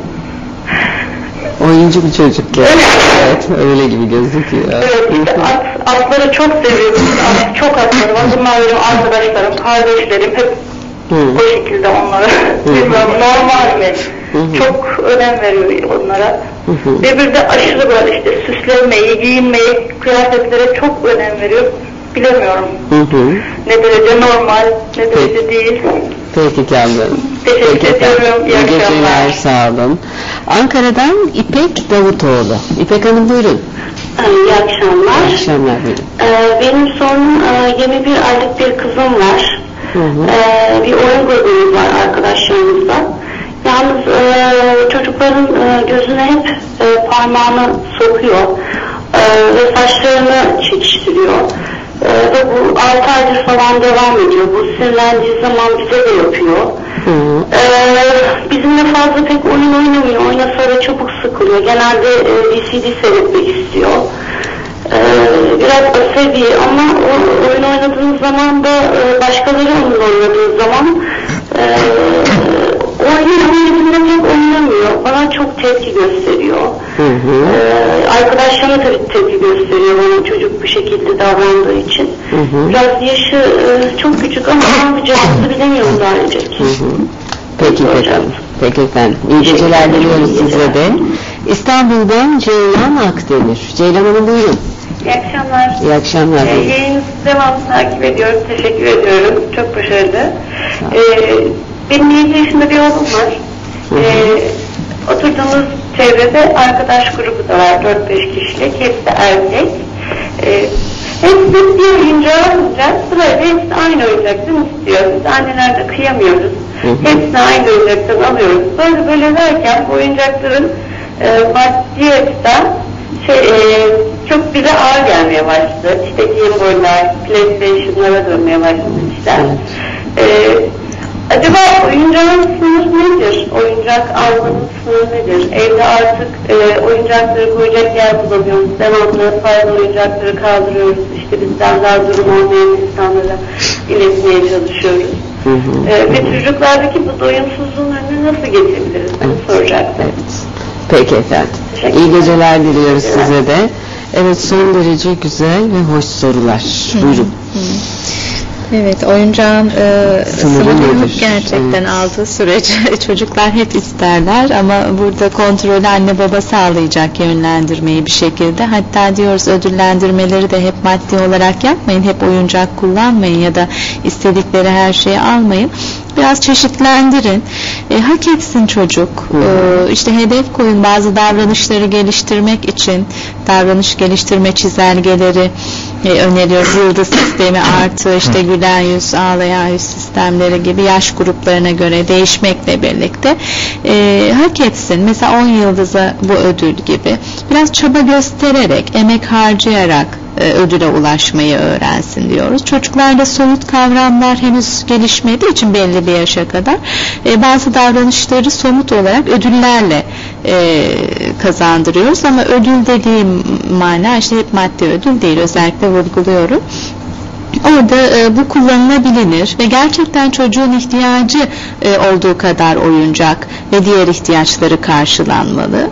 oyuncu bir çocuk ya. Evet, öyle gibi gözüküyor.
Evet, işte at, atları çok seviyorum. At, çok atları var. Bunlar benim arkadaşlarım, kardeşlerim. Hep Hı. o şekilde onları. Bilmiyorum, normal mi? Hı hı. Çok önem veriyor onlara. Hı hı. Ve bir de aşırı böyle işte süslenmeyi, giyinmeyi, kıyafetlere çok önem veriyor. Bilemiyorum. Hı hı. Ne derece normal, ne derece Peki. değil.
Peki canım.
Teşekkür Peki, ediyorum. İyi,
İyi geceler, sağ olun. Ankara'dan İpek Davutoğlu. İpek Hanım buyurun.
İyi akşamlar.
İyi akşamlar buyurun.
Ee, benim sorunum yirmi bir aylık bir kızım var. Hı hı. Ee, bir oyun grubumuz var arkadaşlarımızla. Yalnız e, çocukların e, gözüne hep e, parmağını sokuyor e, ve saçlarını çekiştiriyor. E, ve bu altı aydır falan devam ediyor. Bu sinirlendiği zaman bize de yapıyor. Hı hı. E, bizimle fazla pek oyun oynamıyor. Oynasa da çabuk sıkılıyor. Genelde e, V C D seyretmek istiyor. E, biraz asabi ama o, oyun oynadığınız zaman da e, başkaları onunla oynadığı zaman e, oyun oynadığında pek oynamıyor. Bana çok tepki gösteriyor. Hı hı. Ee, arkadaşlarına tabii tepki gösteriyor bana çocuk bu şekilde davrandığı için. Hı hı. Biraz yaşı e, çok küçük ama ne yapacağımızı bilemiyorum daha önceki.
Peki efendim. Peki efendim. İyi geceler diliyoruz size de. İstanbul'dan Ceylan Akdemir. Ceylan Hanım buyurun.
İyi akşamlar.
İyi akşamlar.
Ee, yayınınızı devamlı takip ediyorum. Teşekkür ediyorum. Çok başarılı. Ee, benim yedi yaşında bir oğlum var. Ee, oturduğumuz çevrede arkadaş grubu da var. dört beş kişilik. Hepsi erkek. Ee, hepsi bir oyuncağı alacak. Sırayla hepsi aynı oyuncaktan istiyor. Biz anneler de kıyamıyoruz. Hepsini aynı oyuncaktan alıyoruz. Böyle böyle derken bu oyuncakların e, maddi açıdan şey, e, çok bize ağır gelmeye başladı. İşte Game Boy'lar, PlayStation'lara dönmeye başladı işler. E, acaba oyuncağın sınırı nedir? Oyuncak almanın sınırı nedir? Evde artık e, oyuncakları koyacak yer bulamıyoruz. Devamlı fazla oyuncakları kaldırıyoruz. İşte bizden daha durum olmayan insanlara iletmeye çalışıyoruz. Hı hı. E, ve çocuklardaki bu doyumsuzluğun önüne nasıl geçebiliriz? Bunu evet. soracaktım.
Evet. Peki efendim. İyi geceler diliyoruz evet. size de. Evet, son derece güzel ve hoş sorular. Hı. Buyurun. Hı.
Evet, oyuncağın e, sınırı gerçekten evet. aldığı sürece çocuklar hep isterler ama burada kontrolü anne baba sağlayacak, yönlendirmeyi bir şekilde. Hatta diyoruz ödüllendirmeleri de hep maddi olarak yapmayın, hep oyuncak kullanmayın ya da istedikleri her şeyi almayın. Biraz çeşitlendirin. E, hak etsin çocuk. E, işte hedef koyun, bazı davranışları geliştirmek için davranış geliştirme çizelgeleri e, öneriyoruz. Yıldız sistemi artı işte gülen yüz, ağlayan yüz sistemleri gibi yaş gruplarına göre değişmekle birlikte e, hak etsin. Mesela on yıldıza bu ödül gibi. Biraz çaba göstererek, emek harcayarak ödüle ulaşmayı öğrensin diyoruz. Çocuklarda soyut kavramlar henüz gelişmediği için belli bir yaşa kadar e, bazı davranışları somut olarak ödüllerle e, kazandırıyoruz ama ödül dediğim mana işte hep maddi ödül değil, özellikle vurguluyorum. Orada e, bu kullanılabilir ve gerçekten çocuğun ihtiyacı e, olduğu kadar oyuncak ve diğer ihtiyaçları karşılanmalı.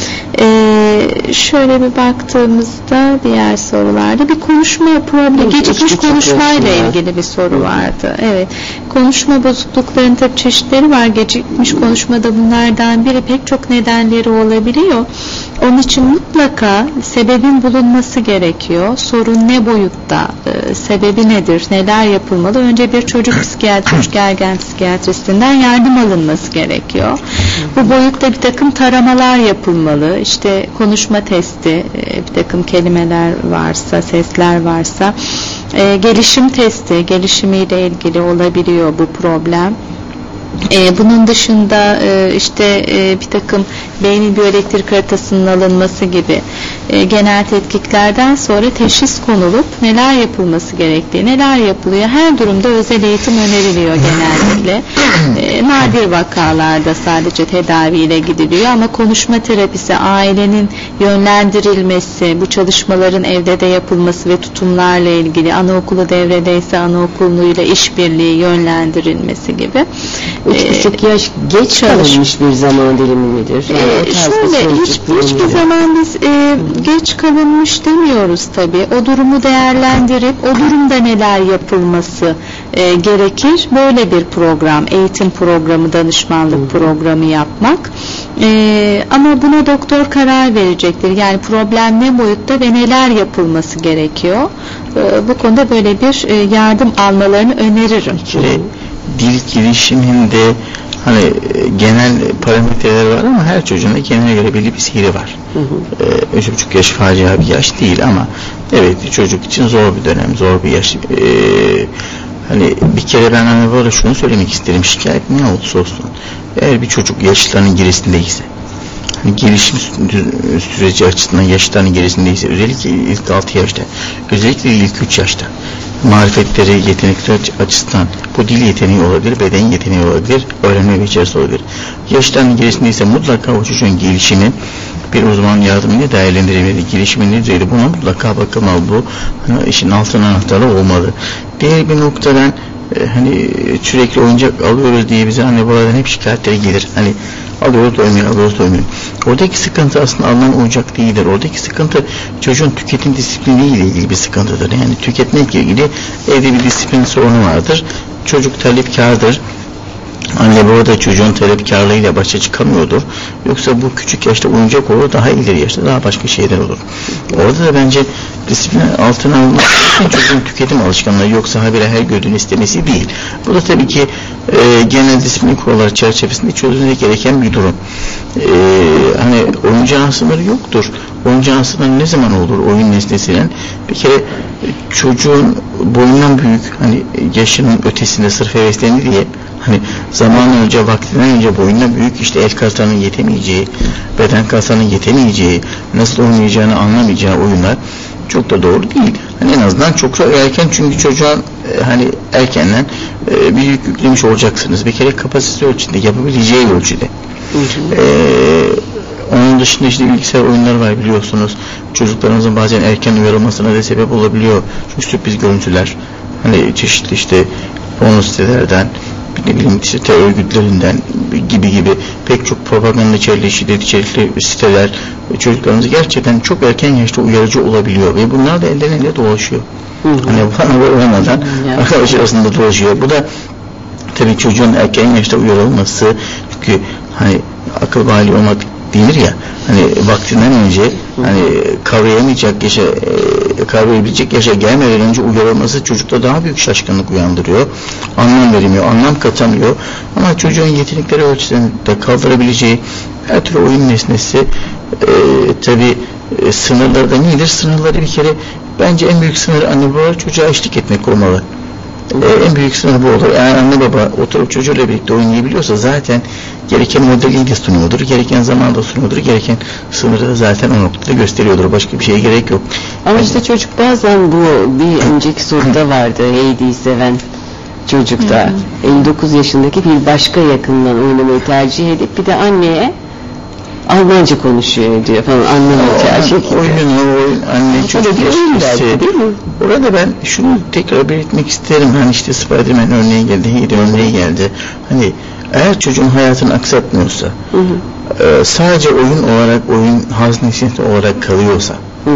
E, şöyle bir baktığımızda diğer sorularda bir konuşma problemi, gecikmiş konuşmayla ilgili bir soru vardı. Evet, konuşma bozukluklarının tabii çeşitleri var. Gecikmiş konuşmada bunlardan biri, pek çok nedenleri olabiliyor. Onun için mutlaka sebebin bulunması gerekiyor. Sorun ne boyutta, e, sebebi nedir, neler yapılmalı? Önce bir çocuk psikiyatrist, ergen psikiyatristinden yardım alınması gerekiyor. Bu boyutta bir takım taramalar yapılmalı. İşte konuşma testi, e, bir takım kelimeler varsa, sesler varsa, e, gelişim testi, gelişimiyle ilgili olabiliyor bu problem. Ee, bunun dışında e, işte e, bir takım beynin biyoelektrik haritasının alınması gibi e, genel tetkiklerden sonra teşhis konulup neler yapılması gerektiği, neler yapılıyor. Her durumda özel eğitim öneriliyor genellikle. E, nadir vakalarda sadece tedaviyle gidiliyor ama konuşma terapisi, ailenin yönlendirilmesi, bu çalışmaların evde de yapılması ve tutumlarla ilgili, anaokulu devredeyse anaokuluyla işbirliği yönlendirilmesi gibi.
Üç buçuk yaş geç kalınmış bir zaman dilimi midir? Yani
ee, şöyle hiç, hiçbir zaman biz e, geç kalınmış demiyoruz tabii. O durumu değerlendirip o durumda neler yapılması e, gerekir. Böyle bir program, eğitim programı, danışmanlık programı yapmak. E, ama buna doktor karar verecektir. Yani problem ne boyutta ve neler yapılması gerekiyor. E, bu konuda böyle bir e, yardım almalarını öneririm.
Kere, dil gelişiminde hani genel parametreler var ama her çocuğun da kendine göre belli bir sihri var. Ee, üç buçuk yaş facia bir yaş değil ama evet çocuk için zor bir dönem, zor bir yaş. Ee, hani bir kere ben hani böyle şunu söylemek isterim, şikayet ne olursa olsun eğer bir çocuk yaşlarının gerisindeyse, hani gelişim süreci açısından yaşlarının gerisindeyse, özellikle ilk altı yaşta, özellikle ilk üç yaşta marifetleri, yetenekleri açısından bu dil yeteneği olabilir, beden yeteneği olabilir, öğrenme becerisi olabilir. Yaşlarının gerisindeyse mutlaka o çocuğun gelişimi bir uzman yardımıyla değerlendirilmeli. Gelişimi ne düzeyde, buna mutlaka bakılmalı. Bu hani işin altın anahtarı olmalı. Diğer bir noktadan e, hani sürekli oyuncak alıyoruz diye bize anne babadan hep şikayetleri gelir. Hani alıyoruz da oynuyor, alıyoruz da oynuyor. Oradaki sıkıntı aslında alınan oyuncak değildir. Oradaki sıkıntı çocuğun tüketim disiplini ile ilgili bir sıkıntıdır. Yani tüketmekle ilgili evde bir disiplin sorunu vardır. Çocuk talepkardır. Anne baba da çocuğun talepkarlığıyla başa çıkamıyordur. Yoksa bu küçük yaşta oyuncak olur, daha ileri yaşta daha başka şeyler olur. Orada da bence disiplin altına alınmak için çocuğun tüketim alışkanlığı, yoksa habire her gördüğünü istemesi değil. Bu da tabii ki e, genel disiplin kuralları çerçevesinde çözülmesi gereken bir durum. E, hani oyuncağın sınırı yoktur. Oyuncağın sınırı ne zaman olur oyun nesnesiyle? Bir kere çocuğun boyundan büyük, hani yaşının ötesinde sırf heveslendi diye, hani zamanın önce, vaktinden önce boyundan büyük, işte el kaslarının yetemeyeceği, beden kaslarının yetemeyeceği, nasıl oynayacağını anlamayacağı oyunlar çok da doğru değil. Hani en azından çok çok erken, çünkü çocuğa e, hani erkenden e, bir yük yüklemiş olacaksınız. Bir kere kapasite ölçüde, yapabileceği ölçüde. E, onun dışında işte bilgisayar oyunları var biliyorsunuz. Çocuklarımızın bazen erken uyarılmasına da sebep olabiliyor. Çünkü sürpriz görüntüler, hani çeşitli işte bonus sitelerden, ne bileyim site örgütlerinden gibi gibi pek çok propaganda içerikli, şiddet içerikli siteler çocuklarımızı gerçekten çok erken yaşta uyarıcı olabiliyor ve bunlar da elden ele dolaşıyor. Hı hı. Hani bana olmadan arkadaş arasında dolaşıyor. Bu da tabii çocuğun erken yaşta uyarılması, çünkü hani akıl bali olmak denir ya, hani vaktinden önce hani kavrayamayacak yaşa, e, kavrayabilecek yaşa gelmeden önce uyarılması çocukta daha büyük şaşkınlık uyandırıyor. Anlam veremiyor, anlam katamıyor. Ama çocuğun yetenekleri ölçüsünde kaldırabileceği her türlü oyun nesnesi e, tabi e, sınırları da nedir? Sınırları bir kere bence en büyük sınır anne baba çocuğa eşlik etmek olmalı. Ee, en büyük sınır bu olur. Eğer anne baba oturup çocuğuyla birlikte oynayabiliyorsa zaten gereken modeliyi de sunuyordur, gereken zamanda sunuyordur, gereken sınırı da zaten o noktada gösteriyordur. Başka bir şeye gerek yok.
Ama yani, işte çocuk bazen bu bir önceki soruda vardı, Heidi'yi seven çocukta hı hı. elli dokuz yaşındaki bir başka yakından oynamayı tercih edip bir de anneye Almanca konuşuyor diyor falan, anlamayacağı şekilde.
Oyunu, oyun, anne çocuk ilişkisi. Orada ben şunu tekrar belirtmek isterim. Hani işte Spiderman örneği geldi, Heidi örneği geldi. Hani eğer çocuğun hayatını aksatmıyorsa, hı hı. E, sadece oyun olarak, oyun haznesinde olarak kalıyorsa, hı.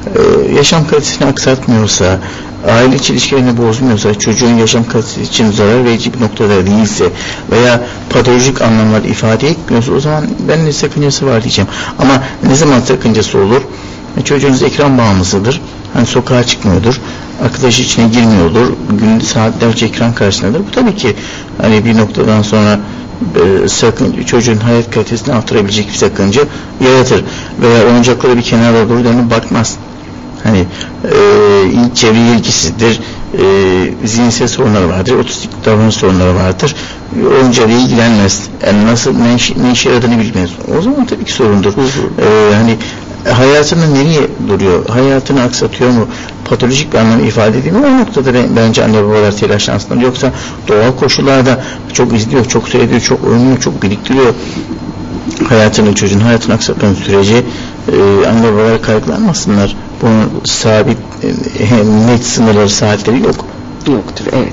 E, yaşam kalitesini aksatmıyorsa, aile ilişkilerini bozmuyorsa, çocuğun yaşam kalitesi için zarar verici bir noktada değilse veya patolojik anlamlar ifade etmiyorsa, o zaman ben ne sakıncası var diyeceğim. Ama ne zaman sakıncası olur? E, çocuğunuz ekran bağımlısıdır. Hani sokağa çıkmıyordur. Arkadaşı içine girmiyordur. Günde saatlerce ekran karşısındadır. Bu tabii ki hani bir noktadan sonra e, sakın, çocuğun hayat kalitesini artırabilecek bir sakınca yaratır. Veya oyuncakları bir kenara doğru dönüp bakmaz. Hani e, çevre ilgisizdir, e, zihinsel sorunları vardır, otistik davranış sorunları vardır, oyuncakla ilgilenmez, yani nasıl ne, iş, ne işe yaradığını bilmez. O zaman tabii ki sorundur. Hı hı. E, hani hayatını nereye duruyor, hayatını aksatıyor mu, patolojik bir anlamı ifade ediyor mu, o noktada ben, bence anne babalar telaşlansınlar. Yoksa doğal koşullarda çok izliyor, çok seyrediyor, çok oynuyor, çok biriktiriyor, hayatını, çocuğun hayatını aksatan sürece e, anne babalar kaygılanmasınlar. Bunun sabit, e, net sınırları, saatleri yok.
Yoktur, evet.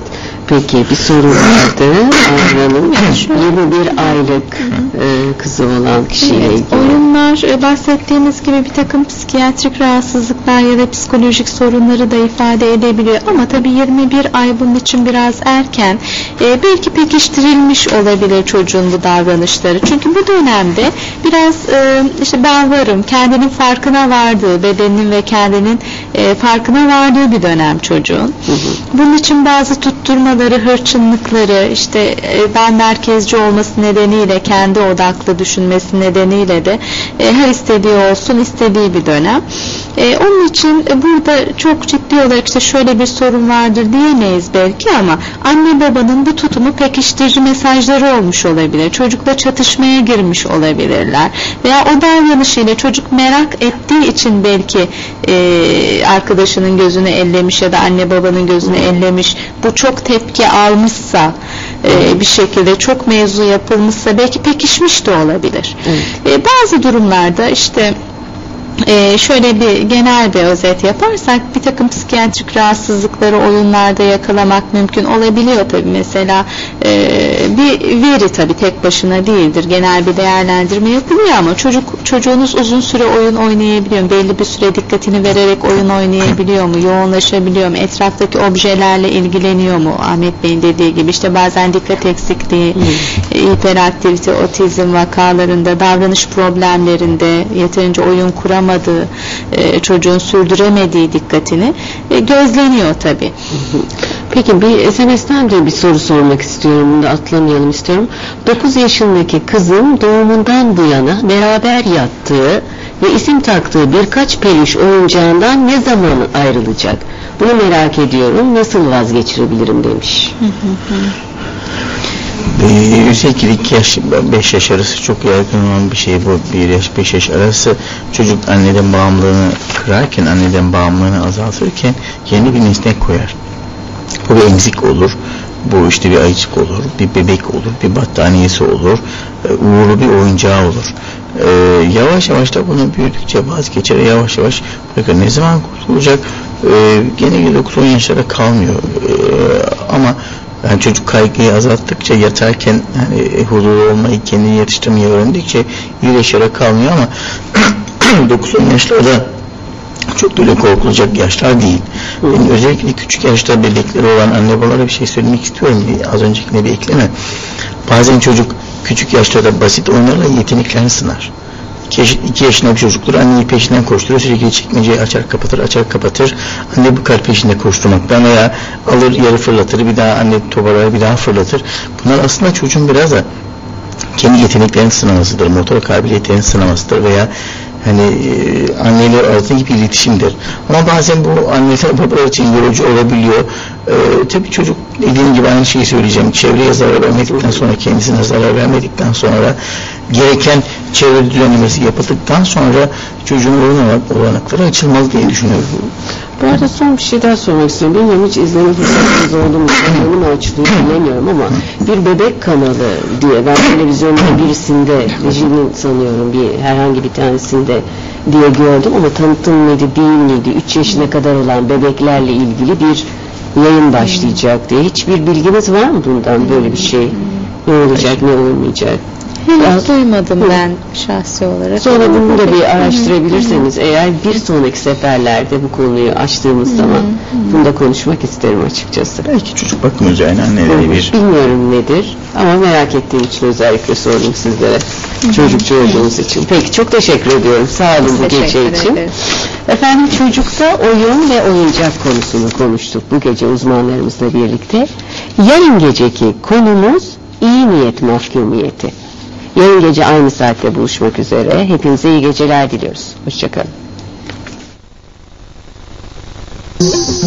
Peki bir soru vardı Ayşe Hanım. yirmi bir aylık e, kızı olan kişiyle
evet,
ilgili.
Oyunlar e, bahsettiğimiz gibi bir takım psikiyatrik rahatsızlıklar ya da psikolojik sorunları da ifade edebiliyor. Ama tabii yirmi bir ay bunun için biraz erken. E, belki pekiştirilmiş olabilir çocuğun bu davranışları. Çünkü bu dönemde biraz e, işte ben varım, kendinin farkına vardığı, bedeninin ve kendinin e, farkına vardığı bir dönem çocuğun. Hı hı. Bunun için bazı tutturmaları, hırçınlıkları, işte e, ben merkezci olması nedeniyle, kendi odaklı düşünmesi nedeniyle de e, her istediği olsun istediği bir dönem. E, onun için e, burada çok ciddi olarak işte şöyle bir sorun vardır diyemeyiz belki ama anne babanın bu tutumu pekiştirici mesajları olmuş olabilir. Çocukla çatışmaya girmiş olabilirler. Veya o davranışıyla çocuk merak ettiği için belki e, arkadaşının gözünü ellemiş ya da anne babanın gözünü ellemiş. Bu çok tepki almışsa e, bir şekilde çok mevzu yapılmışsa belki pekişmiş de olabilir. E, bazı durumlarda işte Ee, şöyle bir genel bir özet yaparsak bir takım psikiyatrik rahatsızlıkları oyunlarda yakalamak mümkün olabiliyor tabii. Mesela e, bir veri tabii tek başına değildir. Genel bir değerlendirme yapılıyor ama çocuk çocuğunuz uzun süre oyun oynayabiliyor mu? Belli bir süre dikkatini vererek oyun oynayabiliyor mu? Yoğunlaşabiliyor mu? Etraftaki objelerle ilgileniyor mu? Ahmet Bey'in dediği gibi işte bazen dikkat eksikliği, hmm. hiperaktivite, otizm vakalarında, davranış problemlerinde yeterince oyun kuramıyor, e, çocuğun sürdüremediği dikkatini e, gözleniyor tabii.
Peki bir S M S'ten de bir soru sormak istiyorum. Bunu da atlamayalım istiyorum. dokuz yaşındaki kızın doğumundan bu yana beraber yattığı ve isim taktığı birkaç peluş oyuncağından ne zaman ayrılacak? Bunu merak ediyorum. Nasıl vazgeçirebilirim demiş.
Ee, özellikle iki yaş beş yaş arası çok yaygın olan bir şey bu. bir yaş beş yaş arası çocuk anneden bağımlılığını kırarken, anneden bağımlılığını azaltırken yeni bir nesne koyar. Bu bir emzik olur, bu işte bir ayıcık olur, bir bebek olur, bir battaniyesi olur, uğurlu bir oyuncağı olur. Ee, yavaş yavaş da bunu büyüdükçe vazgeçer, yavaş yavaş bakın ne zaman kurtulacak, ee, gene dokuz on yaşlara kalmıyor, ee, ama yani çocuk kaygıyı azalttıkça, yatarken yani huzurlu olmayı, kendini yetiştirmeyi öğrendikçe iyileşerek kalmıyor ama dokuz on yaşlarda çok da öyle korkulacak yaşlar değil. Yani özellikle küçük yaşta bebekleri olan anne babalara bir şey söylemek istiyorum. Az öncekine bir ekleme. Bazen çocuk küçük yaşlarda basit oyunlarla yeteneklerini sınar. iki yaşında bir çocuktur, anneyi peşinden koşturur, sürekli çekmeceyi açar kapatır açar kapatır, anne bu kadar peşinde koşturmaktan veya alır yarı fırlatır, bir daha anne toparlar, bir daha fırlatır. Bunlar aslında çocuğun biraz da kendi yeteneklerini sınamasıdır, motor kabiliyetlerini sınamasıdır veya hani e, anneler arasındaki bir iletişimdir. Ama bazen bu anneler babalar için yorucu olabiliyor. E, tabii çocuk dediğim gibi aynı şeyi söyleyeceğim. Çevreye zarar vermedikten sonra, kendisine zarar vermedikten sonra, gereken çevre düzenlemesi yapıldıktan sonra çocuğun oyun olanakları açılmaz diye düşünüyorum.
Bu arada son bir şey daha sormak istiyorum. Bilmiyorum, hiç izleme fırsatınız oldu mu? Onu mu açılıyor bilmiyorum ama bir bebek kanalı diye ben televizyonda birisinde, rejinin sanıyorum bir herhangi bir tanesinde diye gördüm ama tanıtım mıydı değil miydi? üç yaşına kadar olan bebeklerle ilgili bir yayın başlayacak diye. Hiçbir bilginiz var mı bundan, böyle bir şey? Ne olacak, ne olmayacak?
Henüz duymadım ben şahsi olarak.
Sonra bunu da bir araştırabilirseniz hı hı. eğer bir sonraki seferlerde bu konuyu açtığımız hı hı. zaman bunu da konuşmak isterim açıkçası.
Belki çocuk bakım üzerine anneleri bir...
Bilmiyorum nedir ama merak ettiğim için özellikle sordum sizlere. Hı hı. Çocukçu olduğunuz için. Peki çok teşekkür ediyorum. Sağ olun bu gece için. Ederiz. Efendim çocukta oyun ve oyuncak konusunu konuştuk bu gece uzmanlarımızla birlikte. Yarın geceki konumuz iyi niyet mahkumiyeti. Yarın gece aynı saatte buluşmak üzere. Hepinize iyi geceler diliyoruz. Hoşçakalın.